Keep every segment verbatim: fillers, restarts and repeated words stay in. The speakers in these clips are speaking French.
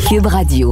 Cube Radio.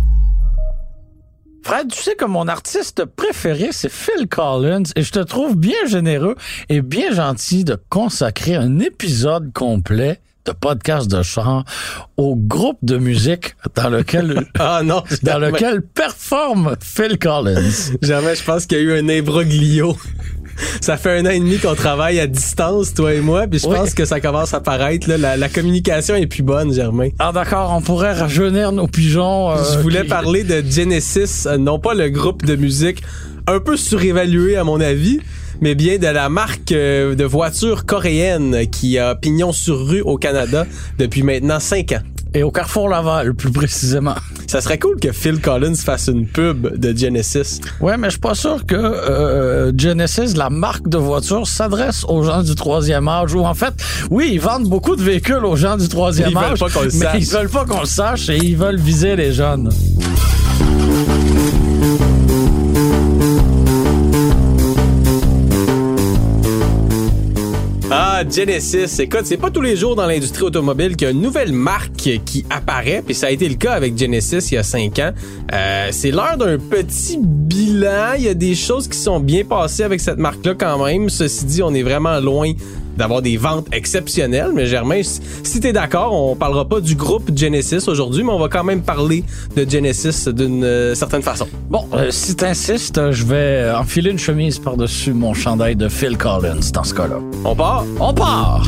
Fred, tu sais que mon artiste préféré, c'est Phil Collins, et je te trouve bien généreux et bien gentil de consacrer un épisode complet de podcast de chant au groupe de musique dans lequel ah non, dans lequel performe Phil Collins. Jamais, je pense qu'il y a eu un imbroglio. Ça fait un an et demi qu'on travaille à distance, toi et moi, puis je oui. pense que ça commence à paraître. Là, la, la communication est plus bonne, Germain. Ah d'accord, on pourrait rajeunir nos pigeons. Euh, je voulais qui... parler de Genesis, non pas le groupe de musique un peu surévalué à mon avis, mais bien de la marque de voitures coréenne qui a pignon sur rue au Canada depuis maintenant cinq ans. Et au Carrefour Laval, plus précisément. Ça serait cool que Phil Collins fasse une pub de Genesis. Ouais, mais je suis pas sûr que euh, Genesis, la marque de voiture, s'adresse aux gens du troisième âge. Ou en fait, oui, ils vendent beaucoup de véhicules aux gens du troisième ils âge. Veulent pas qu'on le mais sache. Ils veulent pas qu'on le sache et ils veulent viser les jeunes. Ah, Genesis. Écoute, c'est pas tous les jours dans l'industrie automobile qu'il y a une nouvelle marque qui apparaît, puis ça a été le cas avec Genesis il y a cinq ans. Euh, c'est l'heure d'un petit bilan. Il y a des choses qui sont bien passées avec cette marque-là quand même. Ceci dit, on est vraiment loin d'avoir des ventes exceptionnelles. Mais Germain, si t'es d'accord, on parlera pas du groupe Genesis aujourd'hui, mais on va quand même parler de Genesis d'une euh, certaine façon. Bon, euh, si t'insistes, je vais enfiler une chemise par-dessus mon chandail de Phil Collins dans ce cas-là. On part? On part!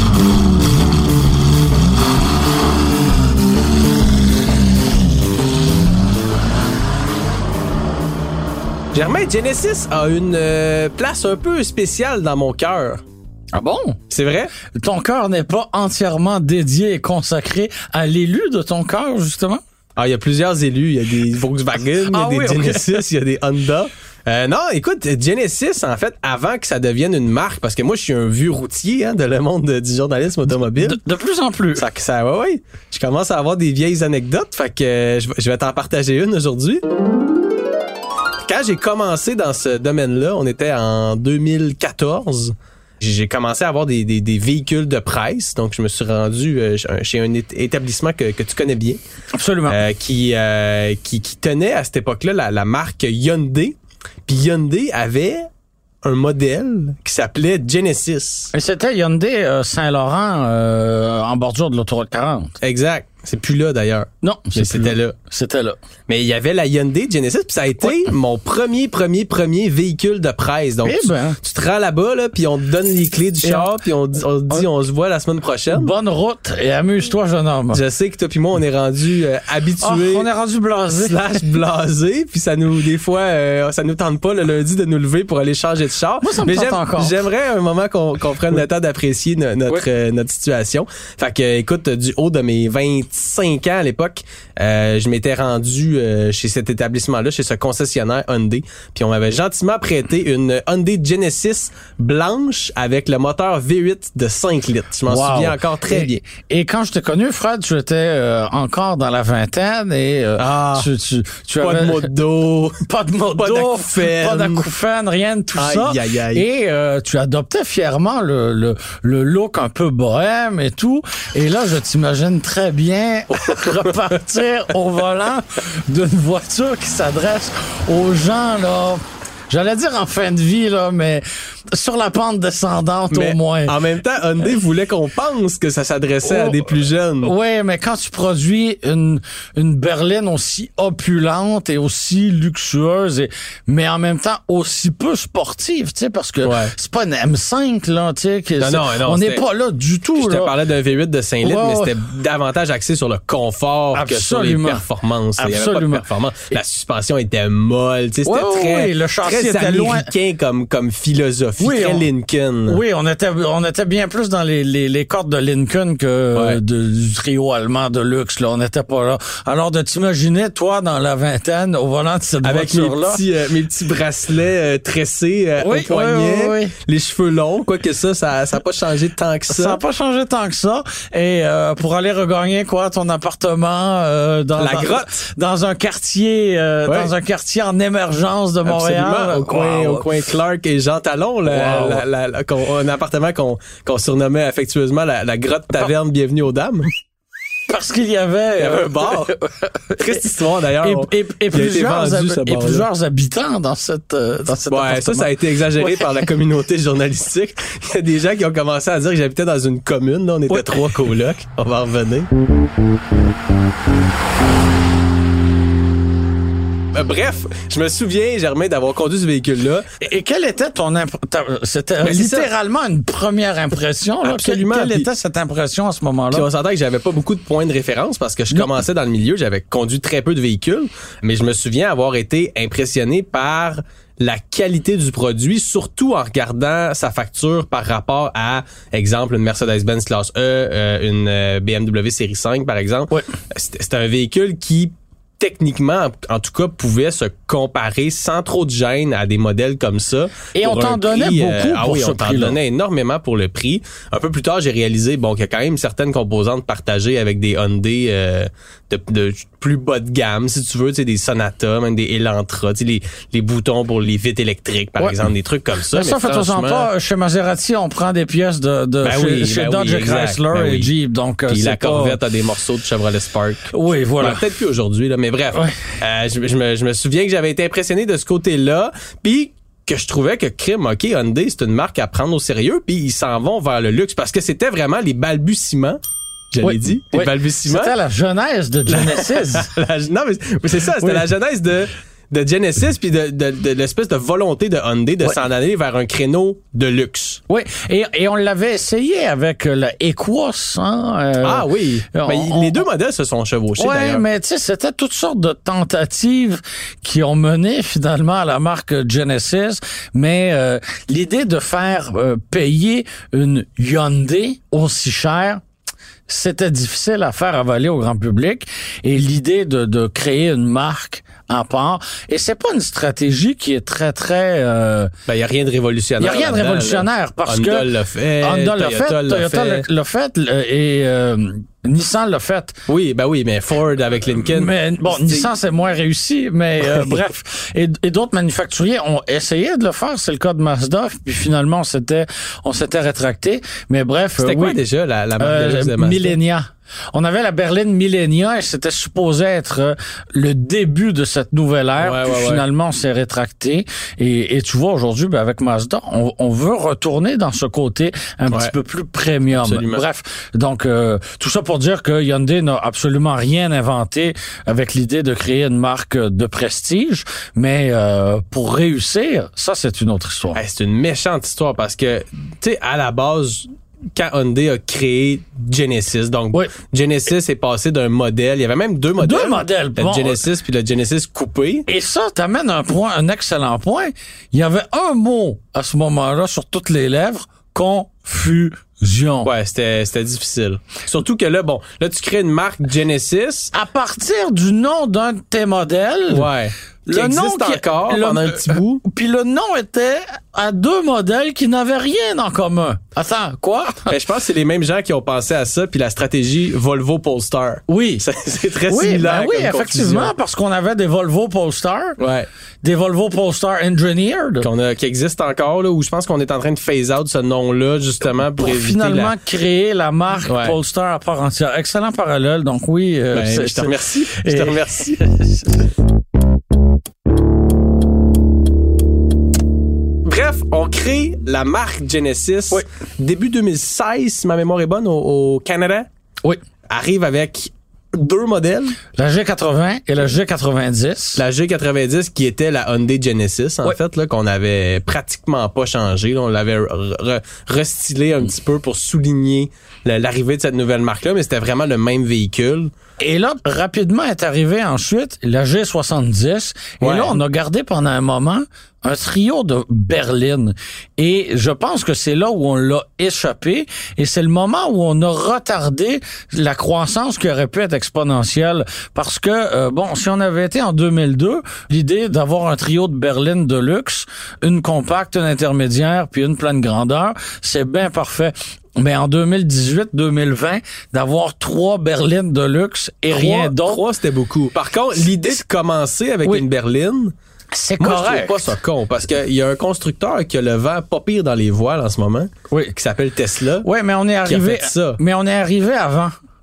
Germain, Genesis a une euh, place un peu spéciale dans mon cœur. Ah bon? C'est vrai? Ton cœur n'est pas entièrement dédié et consacré à l'élu de ton cœur, justement? Ah, il y a plusieurs élus. Il y a des Volkswagen, ah, il y a oui, des Genesis, okay. il y a des Honda. Euh, non, écoute, Genesis, en fait, avant que ça devienne une marque, parce que moi, je suis un vieux routier hein, de le monde du journalisme automobile. De, de plus en plus. Ça, ça, ouais, ouais. Je commence à avoir des vieilles anecdotes, fait que euh, je, je vais t'en partager une aujourd'hui. Quand j'ai commencé dans ce domaine-là, on était en deux mille quatorze. J'ai commencé à avoir des, des, des véhicules de presse, donc je me suis rendu euh, chez un établissement que, que tu connais bien. Absolument. Euh, qui, euh, qui qui tenait à cette époque-là la, la marque Hyundai. Puis Hyundai avait un modèle qui s'appelait Genesis. Et c'était Hyundai euh, Saint-Laurent euh, en bordure de l'autoroute quarante. Exact. C'est plus là d'ailleurs. Non, mais c'était là. C'était là. Mais il y avait la Hyundai Genesis, puis ça a été oui. mon premier, premier, premier véhicule de presse. Donc, tu, ben. tu te rends là-bas, là, puis on te donne les clés du et char, puis on, on te dit, on, on se voit la semaine prochaine. Bonne route et amuse-toi, jeune homme. Je sais que toi puis moi, on est rendu euh, habitués. Oh, on est rendu blasé. Slash blasé, puis ça nous, des fois, euh, ça nous tente pas le lundi de nous lever pour aller changer de char. Moi, ça me Mais tente j'aime, encore. J'aimerais un moment qu'on, qu'on prenne oui. le temps d'apprécier no, notre, oui. euh, notre situation. Fait que, écoute, du haut de mes vingt-cinq ans à l'époque, euh, je m'étais rendu euh, chez cet établissement-là, chez ce concessionnaire Hyundai, puis on m'avait gentiment prêté une Hyundai Genesis blanche avec le moteur V huit de cinq litres. Je m'en wow. souviens encore très et, bien. Et quand je t'ai connu, Fred, tu étais euh, encore dans la vingtaine et euh, ah, tu, tu, tu pas avais... de modo, pas de modo, pas d'acouphène, pas d'acouphène, rien de tout aïe, ça. Aïe, aïe. Et euh, tu adoptais fièrement le, le, le look un peu bohème et tout. Et là, je t'imagine très bien repartir au volant d'une voiture qui s'adresse aux gens, là, j'allais dire en fin de vie, là, mais sur la pente descendante mais au moins. En même temps, Hyundai voulait qu'on pense que ça s'adressait oh, à des plus jeunes. Oui, mais quand tu produis une une berline aussi opulente et aussi luxueuse, et, mais en même temps aussi peu sportive, tu sais, parce que ouais. c'est pas une M cinq, là, tu sais. Non, non, non, on n'est pas là du tout. Je là. te parlais d'un V huit de cinq litres, ouais, mais ouais. c'était davantage axé sur le confort Absolument. que sur les performances. Absolument. Il n'y avait pas de performance. La suspension était molle, tu sais, c'était ouais, très, ouais, le châssis très était américain loin. comme, comme philosophie, oui, très on, Lincoln. Oui, on était, on était bien plus dans les, les, les cordes de Lincoln que ouais. de, du trio allemand de luxe, là. On n'était pas là. Alors, de t'imaginer, toi, dans la vingtaine, au volant de cette avec voiture-là. Avec mes, euh, mes petits bracelets euh, tressés euh, oui, au poignet, oui, oui, oui. les cheveux longs, quoique ça, ça n'a pas changé tant que ça. Ça n'a pas changé tant que ça. Et euh, pour aller regagner, quoi, ton appartement euh, dans la dans, grotte, dans un quartier, euh, ouais. dans un quartier en émergence de Montréal. Absolument, au coin, wow. au coin Clark et Jean Talon, la, wow. la, la, la, qu'on, un appartement qu'on, qu'on surnommait affectueusement la, la grotte taverne Bienvenue aux dames. parce qu'il y avait... Il y avait un bar. Triste histoire, d'ailleurs. Et, et, et, plusieurs, vendu, hab- et plusieurs habitants dans cette euh, dans cet ouais, appartement. Ça, ça a été exagéré ouais. par la communauté journalistique. Il y a des gens qui ont commencé à dire que j'habitais dans une commune. Là, on était ouais. trois colocs. On va en revenir. Bref, je me souviens, Germain, d'avoir conduit ce véhicule-là. Et, et quelle était ton imp- C'était mais littéralement une première impression. Là. Absolument. Quelle, quelle puis, était cette impression à ce moment-là? Puis on s'entend que j'avais pas beaucoup de points de référence parce que je non. commençais dans le milieu, j'avais conduit très peu de véhicules, mais je me souviens avoir été impressionné par la qualité du produit, surtout en regardant sa facture par rapport à, exemple, une Mercedes-Benz Classe E, euh, une euh, B M W Série cinq, par exemple. Ouais. C'était, c'était un véhicule qui techniquement, en tout cas, pouvait se comparer sans trop de gêne à des modèles comme ça. Et on t'en donnait prix, beaucoup euh, pour ah oui, ce on t'en prix-là. donnait énormément pour le prix. Un peu plus tard, j'ai réalisé bon qu'il y a quand même certaines composantes partagées avec des Hyundai euh, de, de plus bas de gamme, si tu veux, tu sais, des Sonata, même des Elantra, tu sais, les, les boutons pour les vitres électriques, par ouais. exemple, des trucs comme ça. Mais, mais ça, faites-en pas. Chez Maserati, on prend des pièces de, de ben chez, oui, chez ben Dodge oui, et Chrysler ben et oui. Jeep. Donc, puis c'est la pas... Corvette a des morceaux de Chevrolet Spark. Oui, voilà. Ben, peut-être plus aujourd'hui, là, mais bref. Ouais. Euh, je, je, me, je me souviens que j'avais été impressionné de ce côté-là, puis que je trouvais que crime, OK, Hyundai, c'est une marque à prendre au sérieux, puis ils s'en vont vers le luxe, parce que c'était vraiment les balbutiements. Je l'ai oui, dit, les oui. balbutiements. C'était la genèse de Genesis. la, non, mais, mais c'est ça, c'était oui. la genèse de... de Genesis puis de, de, de l'espèce de volonté de Hyundai de ouais. s'en aller vers un créneau de luxe. Oui, et, et on l'avait essayé avec la Equus. Hein, euh, ah oui, on, mais les deux modèles se sont chevauchés ouais, d'ailleurs. Oui, mais tu sais, c'était toutes sortes de tentatives qui ont mené finalement à la marque Genesis, mais euh, l'idée de faire euh, payer une Hyundai aussi cher, c'était difficile à faire avaler au grand public, et l'idée de, de créer une marque en part, et c'est pas une stratégie qui est très très euh, ben il y a rien de révolutionnaire. Il y a rien de révolutionnaire là. Parce Honda que l'a fait, Honda l'a fait, Toyota l'a, l'a fait et euh, Nissan l'a fait. Oui, ben oui, mais Ford avec Lincoln. Mais bon, c'est... Nissan c'est moins réussi, mais euh, bref. Et, et d'autres manufacturiers ont essayé de le faire, c'est le cas de Mazda, puis finalement on s'était on s'était rétracté. Mais bref, c'était euh, quoi oui. déjà la, la marque euh, de Mazda? Millenia. On avait la berline Millenia et c'était supposé être euh, le début de cette nouvelle ère. Ouais, puis ouais, finalement, ouais. on s'est rétracté. Et, et tu vois, aujourd'hui, ben, avec Mazda, on, on veut retourner dans ce côté un ouais. petit peu plus premium. Absolument. Bref, donc euh, tout ça pour dire que Hyundai n'a absolument rien inventé avec l'idée de créer une marque de prestige. Mais euh, pour réussir, ça, c'est une autre histoire. Hey, c'est une méchante histoire parce que, tu sais, à la base... quand Hyundai a créé Genesis. Donc, oui. Genesis est passé d'un modèle. Il y avait même deux modèles. Deux modèles. Le bon. Genesis puis le Genesis coupé. Et ça t'amène un point, un excellent point. Il y avait un mot à ce moment-là sur toutes les lèvres. Confusion. Ouais, c'était, c'était difficile. Surtout que là, bon, là, tu crées une marque Genesis. À partir du nom d'un de tes modèles. Ouais. Qui le existe nom qui, encore le, pendant un petit bout. Puis le nom était à deux modèles qui n'avaient rien en commun. Attends, quoi? Ben, je pense que c'est les mêmes gens qui ont pensé à ça, puis la stratégie Volvo Polestar. Oui. C'est, c'est très oui, similaire. Ben oui, comme effectivement, confusion. parce qu'on avait des Volvo Polestar. Ouais. Des Volvo Polestar Engineered. Qu'on a, qui existent encore, là, où je pense qu'on est en train de phase out ce nom-là, justement, pour, pour éviter finalement la... créer la marque ouais. Polestar à part entière. Excellent parallèle. Donc oui. Euh, ben, c'est, je te remercie. Et... Je te remercie. Bref, on crée la marque Genesis. Oui. Début deux mille seize, si ma mémoire est bonne, au, au Canada. Oui. Arrive avec deux modèles. La G quatre-vingts et la G quatre-vingt-dix. La G quatre-vingt-dix qui était la Hyundai Genesis, en oui. fait, là, qu'on avait pratiquement pas changé. Là, on l'avait re- re- restylé un petit peu pour souligner la, l'arrivée de cette nouvelle marque-là, mais c'était vraiment le même véhicule. Et là, rapidement est arrivé ensuite la G soixante-dix. Et ouais. là, on a gardé pendant un moment un trio de berlines. Et je pense que c'est là où on l'a échappé. Et c'est le moment où on a retardé la croissance qui aurait pu être exponentielle. Parce que, euh, bon, si on avait été en deux mille deux, l'idée d'avoir un trio de berlines de luxe, une compacte, une intermédiaire, puis une pleine grandeur, c'est bien parfait. Mais en deux mille dix-huit deux mille vingt, d'avoir trois berlines de luxe et trois, rien d'autre. Trois, c'était beaucoup. Par contre, l'idée de commencer avec oui. une berline, c'est moi, correct. je trouve pas ça con. Parce qu'il y a un constructeur qui a le vent pas pire dans les voiles en ce moment. Oui. Qui s'appelle Tesla. Oui, mais on est arrivé. ça. Mais on est arrivé avant.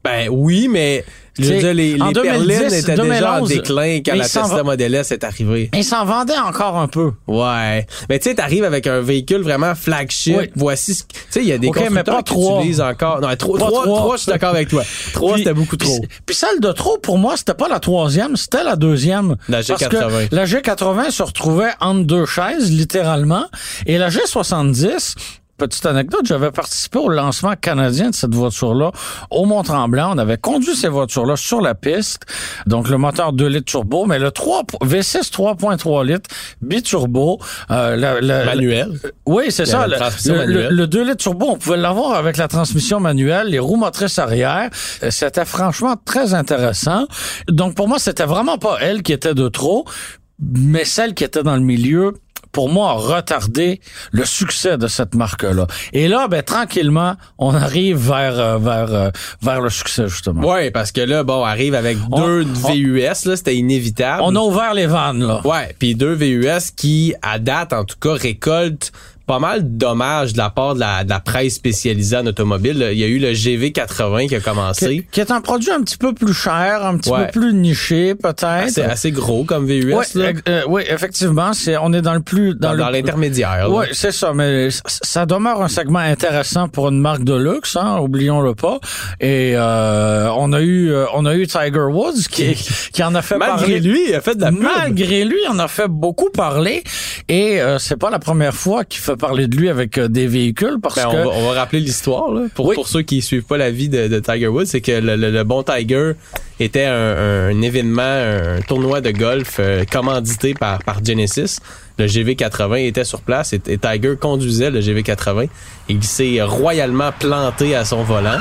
Ben oui, mais je veux dire, les, les berlines étaient deux mille onze, déjà en déclin quand la Tesla Model S est arrivée. Ils s'en vendaient encore un peu. Ouais. Mais tu sais, t'arrives avec un véhicule vraiment flagship. Oui. Voici, tu sais, il y a des okay, constructeurs qui utilisent encore. Non, trois, trois, trois, je suis d'accord avec toi. Trois, c'était beaucoup trop. Puis, puis celle de trop, pour moi, c'était pas la troisième, c'était la deuxième. La G quatre-vingts. Parce que la G quatre-vingts se retrouvait entre deux chaises, littéralement. Et la G soixante-dix, petite anecdote, j'avais participé au lancement canadien de cette voiture-là au Mont-Tremblant. On avait conduit ces voitures-là sur la piste. Donc, le moteur deux litres turbo, mais le trois V six trois virgule trois litres biturbo. Euh, la, la, manuel. La, oui, c'est ça. Le, le, le deux litres turbo, on pouvait l'avoir avec la transmission manuelle, les roues motrices arrière. C'était franchement très intéressant. Donc, pour moi, c'était vraiment pas elle qui était de trop, mais celle qui était dans le milieu, pour moi, a retardé le succès de cette marque-là. Et là, ben tranquillement, on arrive vers euh, vers euh, vers le succès, justement. Ouais, parce que là, bon, on arrive avec on, deux V U S, là, c'était inévitable. On a ouvert les vannes, là. Ouais, puis deux V U S qui, à date, en tout cas, récoltent pas mal d'hommages de la part de la, de la presse spécialisée en automobile. Il y a eu le G V quatre-vingts qui a commencé. Qui, qui est un produit un petit peu plus cher, un petit ouais. peu plus niché, peut-être. C'est assez gros comme V U S, ouais, là. Euh, oui, effectivement, c'est, on est dans le plus... Dans, dans, le, dans l'intermédiaire. Oui, c'est ça, mais ça demeure un segment intéressant pour une marque de luxe, hein, oublions-le pas. Et euh, on a eu on a eu Tiger Woods qui, qui en a fait Malgré parler. Malgré lui, il a fait de la pub. Malgré lui, il en a fait beaucoup parler. Et euh, c'est pas la première fois qu'il fait parler de lui avec euh, des véhicules parce ben, que... On va, on va rappeler l'histoire, là. Pour, oui. pour ceux qui suivent pas la vie de, de Tiger Woods, c'est que le, le, le bon Tiger était un, un, un événement, un tournoi de golf euh, commandité par, par Genesis. Le G V quatre-vingts était sur place et, et Tiger conduisait le G V quatre-vingts et il s'est royalement planté à son volant.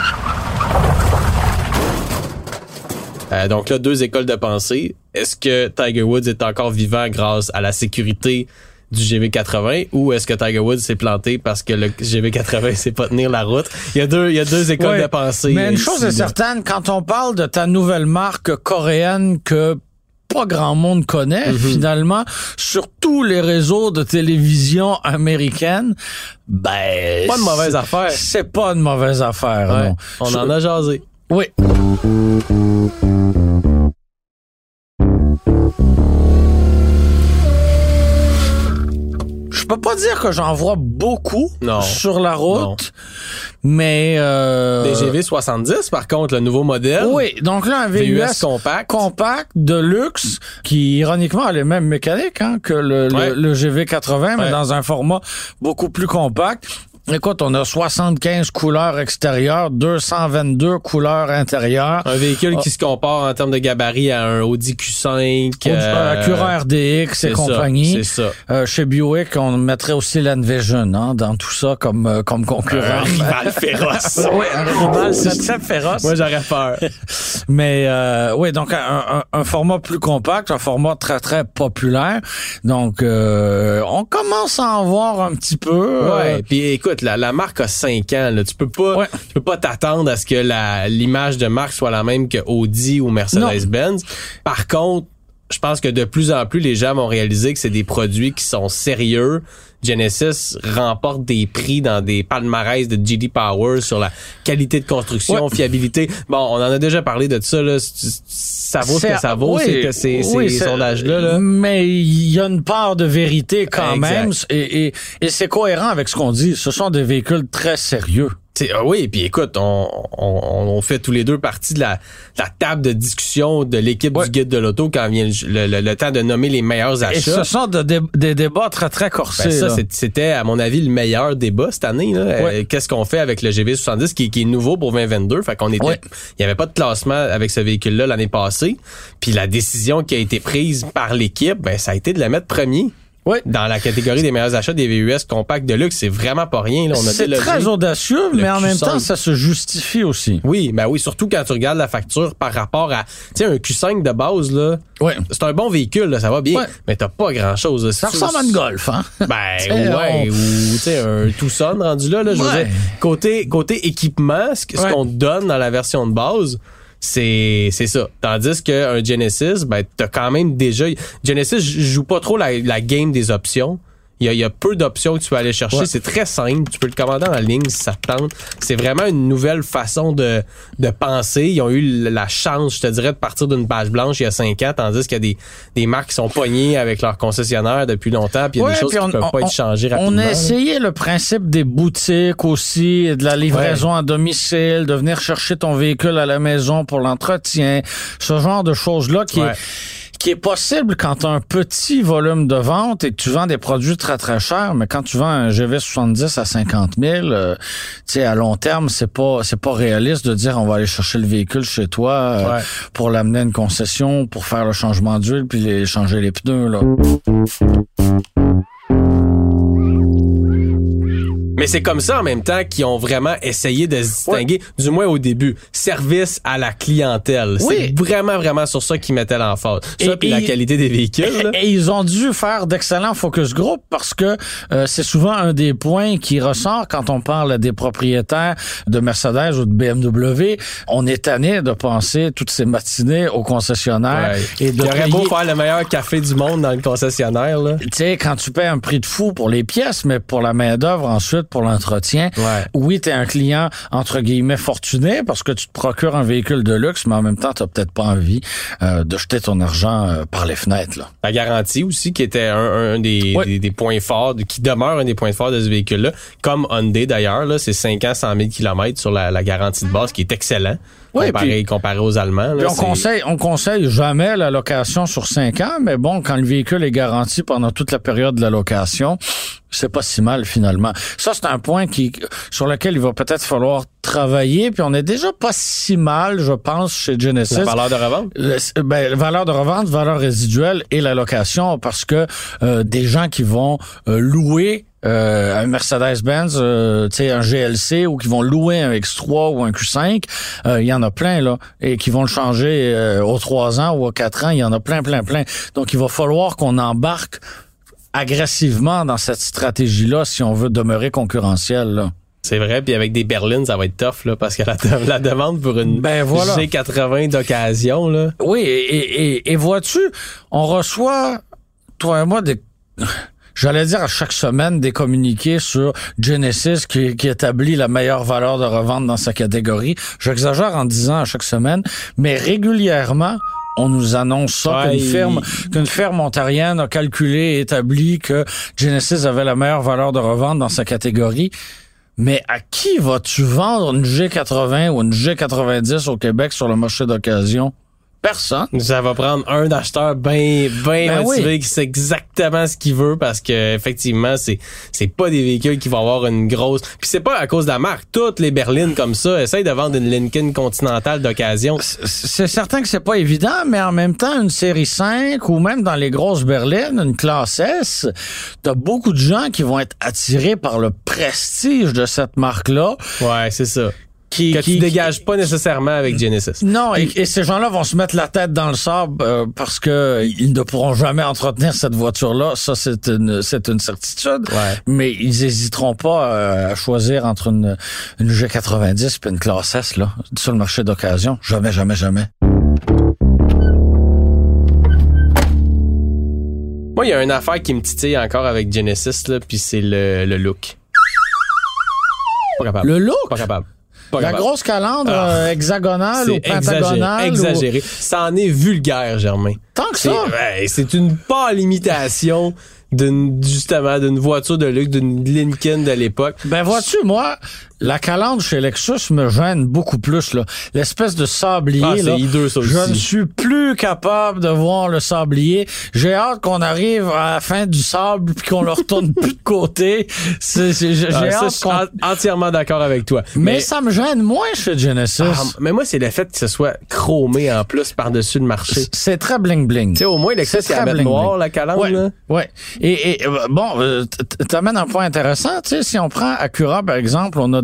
Euh, donc là, deux écoles de pensée. Est-ce que Tiger Woods est encore vivant grâce à la sécurité du G V quatre-vingts ou est-ce que Tiger Woods s'est planté parce que le G V quatre-vingts sait pas tenir la route? Il y a deux, il y a deux écoles ouais, de pensée. Mais une chose est certaine, quand on parle de ta nouvelle marque coréenne que pas grand monde connaît, mm-hmm. finalement, sur tous les réseaux de télévision américaine, ben... Pas de mauvaise affaire. C'est pas une mauvaise affaire, ouais, non. On Je... en a jasé. Oui. Je peux pas dire que j'en vois beaucoup non. sur la route, non. mais... Euh... Des G V soixante-dix, par contre, le nouveau modèle. Oui, donc là, un V U S, V U S compact. compact, de luxe, qui, ironiquement, a les mêmes mécaniques hein, que le, ouais. le, le G V quatre-vingts, mais ouais. dans un format beaucoup plus compact. Écoute, on a soixante-quinze couleurs extérieures, deux cent vingt-deux couleurs intérieures. Un véhicule ah. qui se compare en termes de gabarit à un Audi Q cinq. Euh, Acura R D X et compagnie. C'est ça. Euh, chez Buick, on mettrait aussi l'Envision hein, dans tout ça comme, euh, comme concurrent. Un rival féroce. Oui, un rival très féroce. Moi, j'aurais peur. Mais euh, oui, donc un, un, un format plus compact, un format très, très populaire. Donc, euh, on commence à en voir un petit peu. Ouais, puis écoute, La, la marque a cinq ans. Là. Tu peux pas, ouais. tu peux pas t'attendre à ce que la, l'image de marque soit la même que Audi ou Mercedes-Benz. Par contre, je pense que de plus en plus, les gens vont réaliser que c'est des produits qui sont sérieux. Genesis remporte des prix dans des palmarès de J D Power sur la qualité de construction, ouais. fiabilité. Bon, on en a déjà parlé de ça. Là. Ça vaut c'est, ce que ça vaut, oui, c'est que ces, oui, ces sondages-là. Là. Mais il y a une part de vérité quand exact. même. Et, et, et c'est cohérent avec ce qu'on dit. Ce sont des véhicules très sérieux. T'sais, ah oui, puis écoute, on, on, on fait tous les deux partie de la, de la table de discussion de l'équipe ouais. du Guide de l'auto quand vient le, le, le temps de nommer les meilleurs achats. Et ce sont de, de, des débats très, très corsés. Ben ça, c'est, c'était, à mon avis, le meilleur débat cette année. Là. Ouais. Euh, qu'est-ce qu'on fait avec le G V soixante-dix qui, qui est nouveau pour vingt vingt-deux? Fait qu'on était, ouais. il y avait pas de classement avec ce véhicule-là l'année passée. Puis la décision qui a été prise par l'équipe, ben ça a été de le mettre premier. Oui. Dans la catégorie des meilleurs achats des V U S compacts de luxe, c'est vraiment pas rien. Là. On a c'est très audacieux, mais en même temps, ça se justifie aussi. Oui, ben oui, surtout quand tu regardes la facture par rapport à, tu sais, un Q cinq de base, là. Oui. C'est un bon véhicule, là, ça va bien, ouais. mais t'as pas grand-chose. Là. Ça si ressemble à une Golf, hein? Ben ouais, on... ou tu sais, un Tucson rendu là, là je ouais. veux dire. Côté, côté équipement, ce, ouais. ce qu'on te donne dans la version de base, c'est c'est ça. Tandis qu'un Genesis, ben t'as quand même déjà... Genesis joue pas trop la, la game des options. Il y a, il y a peu d'options que tu peux aller chercher. Ouais. C'est très simple. Tu peux le commander en ligne si ça te tente. C'est vraiment une nouvelle façon de, de penser. Ils ont eu la chance, je te dirais, de partir d'une page blanche il y a cinq ans, tandis qu'il y a des, des marques qui sont pognées avec leurs concessionnaires depuis longtemps, puis il y a ouais, des choses qui ne peuvent pas on, être changées rapidement. On a essayé le principe des boutiques aussi, de la livraison ouais. à domicile, de venir chercher ton véhicule à la maison pour l'entretien, ce genre de choses-là qui ouais. est qui est possible quand tu as un petit volume de vente et que tu vends des produits très, très chers, mais quand tu vends un G V soixante-dix à cinquante mille, euh, tu sais, à long terme, c'est pas c'est pas réaliste de dire on va aller chercher le véhicule chez toi euh, ouais. pour l'amener à une concession, pour faire le changement d'huile puis les, changer les pneus, là. Mais c'est comme ça en même temps qu'ils ont vraiment essayé de se distinguer, ouais. du moins au début. Service à la clientèle. Oui. C'est vraiment, vraiment sur ça qu'ils mettaient l'emphase. Ça, puis la qualité des véhicules. Et, et ils ont dû faire d'excellents focus group parce que euh, c'est souvent un des points qui ressort quand on parle à des propriétaires de Mercedes ou de B M W. On est tanné de penser toutes ces matinées au concessionnaire. Ouais. Et de Il aurait payer... beau faire le meilleur café du monde dans le concessionnaire, là. Tu sais, quand tu paies un prix de fou pour les pièces, mais pour la main-d'œuvre ensuite, pour l'entretien. Ouais. Oui, t'es un client, entre guillemets, fortuné parce que tu te procures un véhicule de luxe, mais en même temps, t'as peut-être pas envie euh, de jeter ton argent euh, par les fenêtres, là. La garantie aussi, qui était un, un des, ouais. des, des points forts, de, qui demeure un des points forts de ce véhicule-là, comme Hyundai d'ailleurs, là, c'est cinq ans, cent mille kilomètres sur la, la garantie de base, qui est excellent. Oui, comparé, puis, comparé aux Allemands. Là, puis on, conseille, on conseille jamais la location sur cinq ans, mais bon, quand le véhicule est garanti pendant toute la période de la location, c'est pas si mal finalement. Ça, c'est un point qui sur lequel il va peut-être falloir travailler, puis on est déjà pas si mal, je pense, chez Genesis. La valeur de revente? Le, ben, valeur de revente, valeur résiduelle et la location, parce que euh, des gens qui vont euh, louer Euh, un Mercedes-Benz, euh, tu sais, un G L C, ou qui vont louer un X trois ou un Q cinq, il euh, y en a plein, là, et qui vont le changer euh, aux trois ans ou aux quatre ans, il y en a plein, plein, plein. Donc, il va falloir qu'on embarque agressivement dans cette stratégie-là si on veut demeurer concurrentiel, là. C'est vrai, puis avec des berlines, ça va être tough, là, parce que la, la demande pour une ben voilà. G quatre-vingts d'occasion, là. Oui, et, et, et vois-tu, on reçoit, toi et moi, des... J'allais dire à chaque semaine des communiqués sur Genesis qui, qui établit la meilleure valeur de revente dans sa catégorie. J'exagère en disant à chaque semaine, mais régulièrement, on nous annonce ça, ouais, qu'une firme, qu'une firme ontarienne a calculé et établi que Genesis avait la meilleure valeur de revente dans sa catégorie. Mais à qui vas-tu vendre une G quatre-vingts ou une G quatre-vingt-dix au Québec sur le marché d'occasion? Personne. Ça va prendre un acheteur bien bien ben motivé oui. qui sait exactement ce qu'il veut parce que effectivement c'est c'est pas des véhicules qui vont avoir une grosse. Puis c'est pas à cause de la marque. Toutes les berlines comme ça essayent de vendre une Lincoln Continental d'occasion. C'est certain que c'est pas évident, mais en même temps une série cinq ou même dans les grosses berlines, une classe S, t'as beaucoup de gens qui vont être attirés par le prestige de cette marque-là. Ouais, c'est ça. Qui, que qui, tu dégages pas nécessairement avec Genesis. Non, et, et ces gens-là vont se mettre la tête dans le sable euh, parce que ils ne pourront jamais entretenir cette voiture-là. Ça, c'est une c'est une certitude. Ouais. Mais ils hésiteront pas euh, à choisir entre une, une G quatre-vingt-dix et une classe S là sur le marché d'occasion. Jamais, jamais, jamais. Moi, il y a une affaire qui me titille encore avec Genesis là, puis c'est le, le look. Pas capable. Le look? Pas capable. Pas La capable. Grosse calandre ah, euh, hexagonale ou pentagonale. Exagéré. exagéré. Ou... Ça en est vulgaire, Germain. Tant que ça. C'est, c'est une pâle imitation d'une, justement, d'une voiture de luxe, d'une Lincoln de l'époque. Ben, vois-tu, moi, la calandre chez Lexus me gêne beaucoup plus, là. L'espèce de sablier, ah, c'est là. hideux, ça aussi. Je ne suis plus capable de voir le sablier. J'ai hâte qu'on arrive à la fin du sable puis qu'on le retourne plus de côté. C'est, c'est, j'ai ah, hâte ça, je suis qu'on... entièrement d'accord avec toi. Mais, mais ça me gêne moins chez Genesis. Ah, mais moi, c'est le fait que ce soit chromé en plus par-dessus le marché. C'est très bling-bling. Tu sais, au moins, Lexus, il y a la bête noire, la calandre, ouais, là. Ouais. Et, et bon, euh, t'amènes un point intéressant. Tu sais, si on prend Acura, par exemple, on a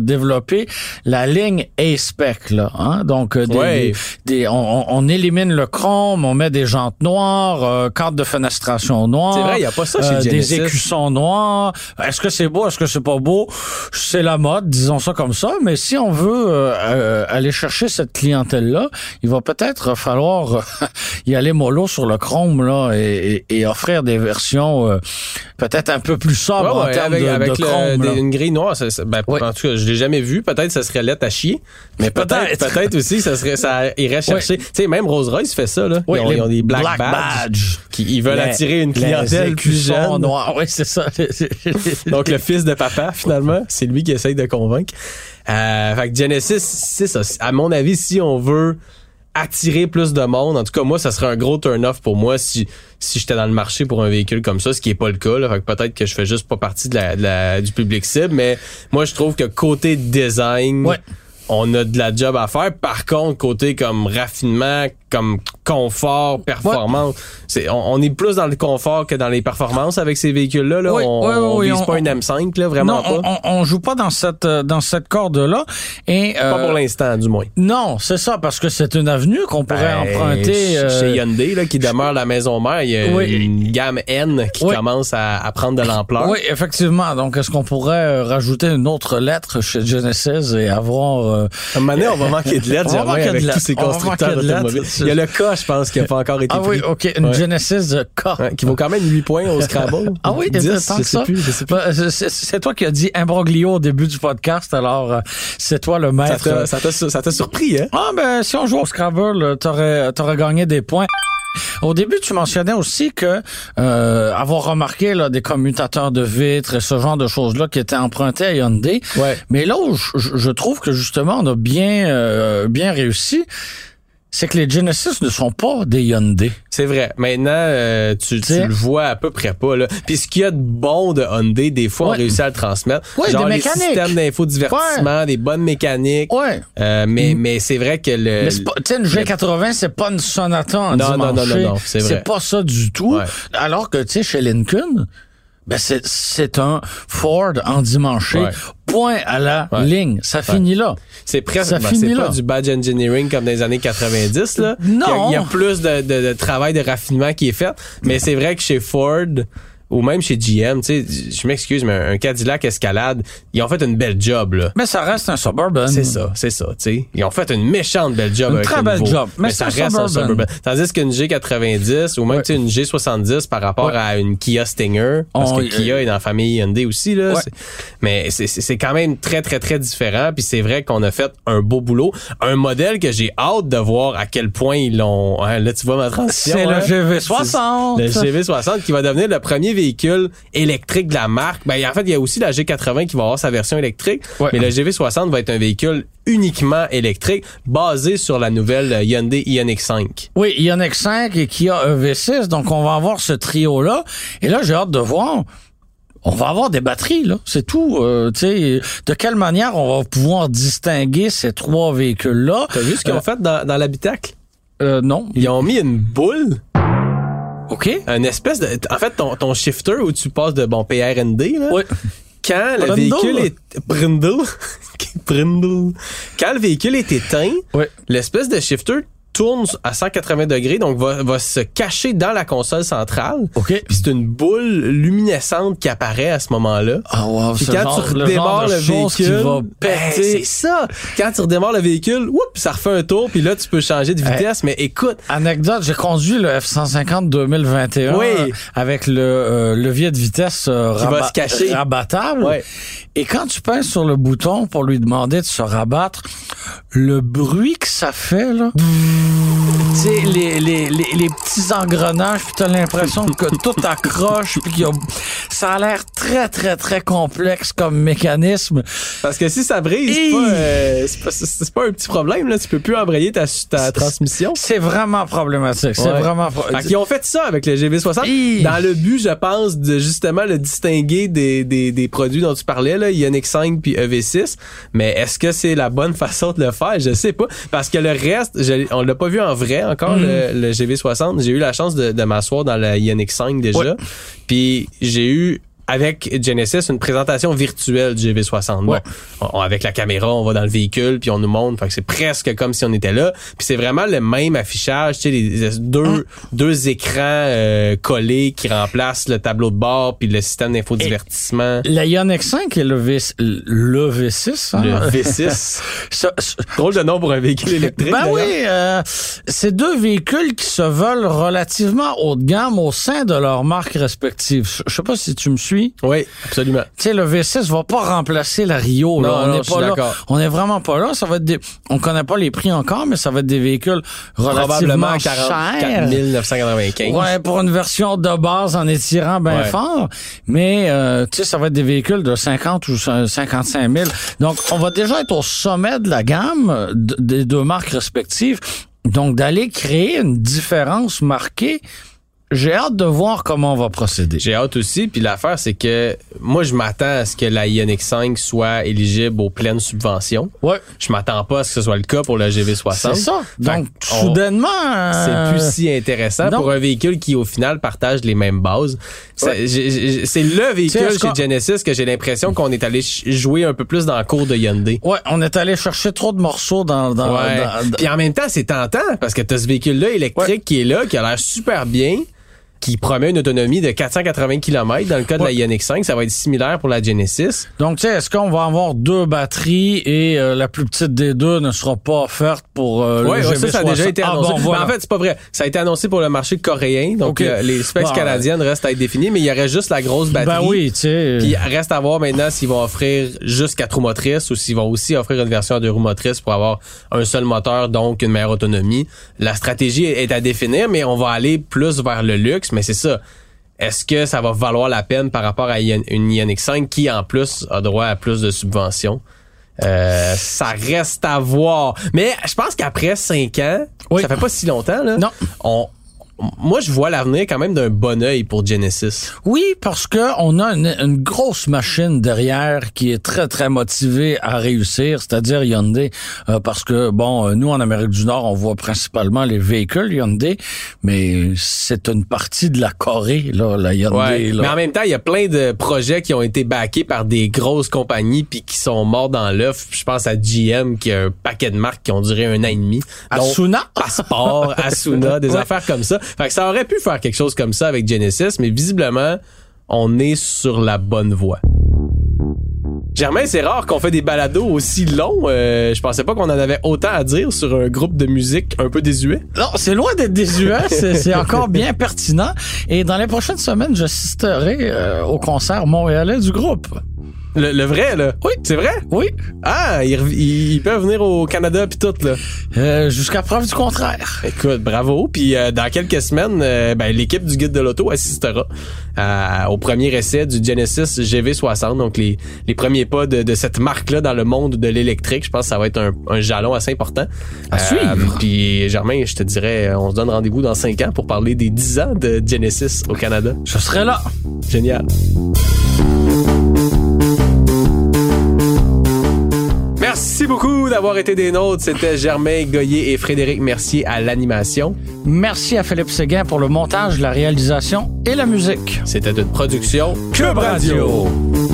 développer la ligne A-Spec, là. Hein? Donc, euh, des, ouais. des, des, on, on élimine le chrome, on met des jantes noires, euh, cadre de fenestration noire. C'est vrai, il n'y a pas ça chez euh, Genesis. Des écussons noirs. Est-ce que c'est beau? Est-ce que c'est pas beau? C'est la mode, disons ça comme ça. Mais si on veut euh, euh, aller chercher cette clientèle-là, il va peut-être falloir euh, y aller mollo sur le chrome, là, et, et, et offrir des versions euh, peut-être un peu plus sobres ouais, en ouais, termes avec, de, avec de le, chrome. des, là. une grille noire, ça, ça, ben, Ouais. en tout cas, je l'ai jamais vu. Peut-être que ça serait lettre à chier, mais peut-être, Peut-être. peut-être aussi, ça serait, ça irait chercher. Ouais. Tu sais, même Rolls-Royce fait ça, là. Oui, ils, ont, les ils ont des black, black badges, badges. qui ils veulent Les- attirer une les clientèle plus écussons jeune. noirs. Oui, c'est ça. Donc le fils de papa, finalement, c'est lui qui essaye de convaincre. Euh, fait que Genesis, c'est ça. À mon avis, si on veut attirer plus de monde, en tout cas moi, ça serait un gros turn-off pour moi si si j'étais dans le marché pour un véhicule comme ça, ce qui est pas le cas. Là, fait que peut-être que je fais juste pas partie de la, de la du public cible, mais moi je trouve que côté design, Ouais. on a de la job à faire. Par contre, côté comme raffinement, comme confort, performance, c'est, on, on est plus dans le confort que dans les performances avec ces véhicules-là. Là. Oui, on oui, on oui, vise on- pas une M cinq, là, vraiment non, pas. on, on, on joue pas dans cette euh, dans cette corde-là. Et Pas euh, pour l'instant, du moins. non, c'est ça, parce que c'est une avenue qu'on pourrait Ben, emprunter. euh, Chez Hyundai, là, qui demeure la maison mère, il y a Oui. une gamme N qui Oui. commence à, à prendre de l'ampleur. Oui, effectivement. Donc, est-ce qu'on pourrait euh, rajouter une autre lettre chez Genesis et avoir... euh, À un moment donné, on va manquer de lettres, On va Germain, manquer de avec lettres. tous ces On va constructeurs manquer de lettres. automobiles. Il y a le cas, je pense, qui n'a pas encore été Ah pris. oui, OK, une Ouais. Genesis de K. Ouais, qui vaut quand même huit points au Scrabble. Ah oui, dix, tant je que sais ça. plus, je sais plus. Bah, c'est, c'est toi qui as dit imbroglio au début du podcast, alors euh, c'est toi le Ça maître. t'a, ça, t'a, ça t'a surpris, hein? Ah ben, si on joue au Scrabble, euh, t'aurais, t'aurais gagné des points. Au début, tu mentionnais aussi que euh, avoir remarqué là, des commutateurs de vitres et ce genre de choses-là qui étaient empruntés à Hyundai. Ouais. Mais là où je, je trouve que justement on a bien euh, bien réussi, c'est que les Genesis ne sont pas des Hyundai. C'est vrai. Maintenant, euh, tu, tu T'sais. le vois à peu près pas. Là. Puis ce qu'il y a de bon de Hyundai, des fois, Ouais. on réussit à le transmettre. Ouais, Genre des les mécaniques. systèmes d'infodivertissement, des bonnes mécaniques. Ouais. Euh, mais, Mm. mais c'est vrai que le... Mais c'est pas, tu sais, une G quatre-vins, c'est pas une Sonata en Non, non, dimanché. non, non, non, c'est vrai. C'est pas ça du tout. Ouais. Alors que, tu sais, chez Lincoln, ben c'est, c'est un Ford en dimanché. Ouais. Point à la Ouais. ligne. Ça finit là. C'est presque, Ça ben, finit c'est là. pas du badge engineering comme dans les années quatre-vingt-dix, là. Non. Il y a, il y a plus de, de, de travail de raffinement qui est fait. Mais c'est vrai que chez Ford, ou même chez G M, tu sais, je m'excuse, mais un Cadillac Escalade, ils ont fait une belle job, là. Mais ça reste un Suburban. C'est ça, c'est ça, tu sais. Ils ont fait une méchante belle job Une avec très le belle nouveau. job. Mais Mais, ça c'est un reste un Suburban. Suburban. Tandis qu'une G quatre-vingt-dix ou même Ouais. tu sais, une G soixante-dix par rapport Ouais. à une Kia Stinger, parce On- que Kia est dans la famille Hyundai aussi, là. Ouais. C'est- Mais c'est, c'est, c'est quand même très, très, très différent. Puis c'est vrai qu'on a fait un beau boulot. Un modèle que j'ai hâte de voir à quel point ils l'ont... Hein, là, tu vois ma transition. C'est hein? le G V soixante. Le G V soixante qui va devenir le premier véhicule électrique de la marque. Ben, en fait, il y a aussi la G quatre-vingts qui va avoir sa version électrique. Ouais. Mais le G V soixante va être un véhicule uniquement électrique basé sur la nouvelle Hyundai Ioniq cinq. Oui, Ioniq cinq et Kia E V six. Donc, on va avoir ce trio-là. Et là, j'ai hâte de voir. On va avoir des batteries, là. C'est tout. Euh, tu sais, de quelle manière on va pouvoir distinguer ces trois véhicules-là? T'as vu ce qu'ils Euh, ont fait dans, dans l'habitacle? Euh, non. Ils ont mis une boule, OK. une espèce de... En fait, ton, ton shifter où tu passes de, bon, P R N D, là. Oui. Quand le Brindle. véhicule est... Brindle. Brindle. Quand le véhicule est éteint, Oui. l'espèce de shifter tourne à cent quatre-vingts degrés, donc va, va se cacher dans la console centrale. OK. Puis c'est une boule luminescente qui apparaît à ce moment-là. Ah, wow. Puis ce quand genre- tu le redémarres genre de le chose véhicule, qui va ben, péter. c'est ça. Quand tu redémarres le véhicule, oups, ça refait un tour, puis là tu peux changer de vitesse. Mais écoute, Anecdote, j'ai conduit le F cent cinquante deux mille vingt et un Oui. avec le euh, levier de vitesse euh, Qui va rabat- se cacher. rabattable. Ouais. Et quand tu pèses sur le bouton pour lui demander de se rabattre, le bruit que ça fait, là, tu sais, les, les, les, les petits engrenages, puis t'as l'impression que tout accroche, puis qu'il y a... ça a l'air très, très, très complexe comme mécanisme. parce que si ça brise, c'est Hi. pas, euh, c'est pas, c'est- c'est pas un petit problème, là. Tu peux plus embrayer ta, ta transmission. C'est vraiment problématique. C'est Ouais. vraiment... Fait qu'ils ont fait ça avec le G V soixante Hi. dans le but, je pense, de justement le distinguer des, des, des produits dont tu parlais, là, Ioniq cinq puis E V six. Mais est-ce que c'est la bonne façon de le faire? Je sais pas. Parce que le reste, je, on l'a pas vu en vrai encore, Mm. le, le G V soixante. J'ai eu la chance de, de m'asseoir dans la Ioniq cinq déjà. Ouais. Puis j'ai eu avec Genesis une présentation virtuelle du G V soixante. Ouais. Bon, on, avec la caméra, on va dans le véhicule puis on nous montre. Fait que c'est presque comme si on était là. Puis c'est vraiment le même affichage, tu sais, les, les deux hum. deux écrans euh, collés qui remplacent le tableau de bord puis le système d'infodivertissement. La Ioniq cinq et le V le V six. Hein? Le V six. ça, ça, drôle de nom pour un véhicule électrique. Ben d'ailleurs. oui, euh, c'est deux véhicules qui se veulent relativement haut de gamme au sein de leurs marques respectives. Je sais pas si tu me suis. Oui, absolument. Tu sais, le V six va pas remplacer la Rio. Non, là. On non, n'est pas là. D'accord. On est vraiment pas là. Ça va être des. On connaît pas les prix encore, mais ça va être des véhicules relativement chers. quarante-quatre mille neuf cent quatre-vingt-quinze. Ouais, pour une version de base en étirant bien ouais. fort. Mais euh, tu sais, ça va être des véhicules de cinquante ou cinquante-cinq mille. Donc, on va déjà être au sommet de la gamme de, des deux marques respectives. Donc, d'aller créer une différence marquée. J'ai hâte de voir comment on va procéder. J'ai hâte aussi. Puis l'affaire, c'est que moi, je m'attends à ce que la Ioniq cinq soit éligible aux pleines subventions. Ouais. Je m'attends pas à ce que ce soit le cas pour le G V soixante. C'est ça. Donc, on, soudainement... Euh... C'est plus si intéressant Donc, pour un véhicule qui, au final, partage les mêmes bases. Ouais. C'est, c'est le véhicule chez Genesis que j'ai l'impression qu'on est allé jouer un peu plus dans le cours de Hyundai. Ouais, on est allé chercher trop de morceaux dans... dans, ouais. dans, dans... Puis en même temps, c'est tentant parce que t'as ce véhicule-là électrique ouais. qui est là, qui a l'air super bien, qui promet une autonomie de quatre cent quatre-vingts kilomètres. Dans le cas de ouais. la Ioniq cinq, ça va être similaire pour la Genesis. Donc, tu sais, est-ce qu'on va avoir deux batteries et euh, la plus petite des deux ne sera pas offerte pour euh, ouais, le ouais, G V soixante? ça, ça a déjà été annoncé. Ah, bon, voilà. Mais en fait, c'est pas vrai. Ça a été annoncé pour le marché coréen. Donc, okay. euh, les specs bon, canadiennes ouais. restent à être définies, mais il y aurait juste la grosse batterie. Ben oui, tu sais. Puis, reste à voir maintenant s'ils vont offrir juste quatre roues motrices ou s'ils vont aussi offrir une version à deux roues motrices pour avoir un seul moteur, donc une meilleure autonomie. La stratégie est à définir, mais on va aller plus vers le luxe, mais c'est ça. Est-ce que ça va valoir la peine par rapport à une Ioniq cinq qui, en plus, a droit à plus de subventions? Euh, ça reste à voir. Mais je pense qu'après cinq ans, oui. ça fait pas si longtemps, là. Non. On, moi, je vois l'avenir quand même d'un bon œil pour Genesis. Oui, parce que on a une, une grosse machine derrière qui est très, très motivée à réussir, c'est-à-dire Hyundai. Euh, parce que, bon, nous, en Amérique du Nord, on voit principalement les véhicules Hyundai, mais c'est une partie de la Corée, là, la Hyundai. Ouais, là. Mais en même temps, il y a plein de projets qui ont été backés par des grosses compagnies puis qui sont morts dans l'œuf. Je pense à G M, qui a un paquet de marques qui ont duré un an et demi. Asuna. Passport, Asuna, des ouais. affaires comme ça. Fait que ça aurait pu faire quelque chose comme ça avec Genesis, mais visiblement, on est sur la bonne voie. Germain, c'est rare qu'on fait des balados aussi longs. Euh, je pensais pas qu'on en avait autant à dire sur un groupe de musique un peu désuet. Non, c'est loin d'être désuet. c'est, c'est encore bien pertinent. Et dans les prochaines semaines, j'assisterai euh, au concert montréalais du groupe. Le, le vrai, là? Oui. C'est vrai? Oui. Ah, ils, ils, ils peuvent venir au Canada pis tout, là. Euh, jusqu'à preuve du contraire. Écoute, bravo. Puis euh, dans quelques semaines, euh, ben, l'équipe du Guide de l'auto assistera à, au premier essai du Genesis G V soixante. Donc, les, les premiers pas de, de cette marque-là dans le monde de l'électrique. Je pense que ça va être un, un jalon assez important. À euh, suivre. Puis, Germain, je te dirais, on se donne rendez-vous dans cinq ans pour parler des dix ans de Genesis au Canada. Je serai là. Génial. Merci beaucoup d'avoir été des nôtres. C'était Germain Goyer et Frédéric Mercier à l'animation. Merci à Philippe Séguin pour le montage, la réalisation et la musique. C'était une production Cube Radio.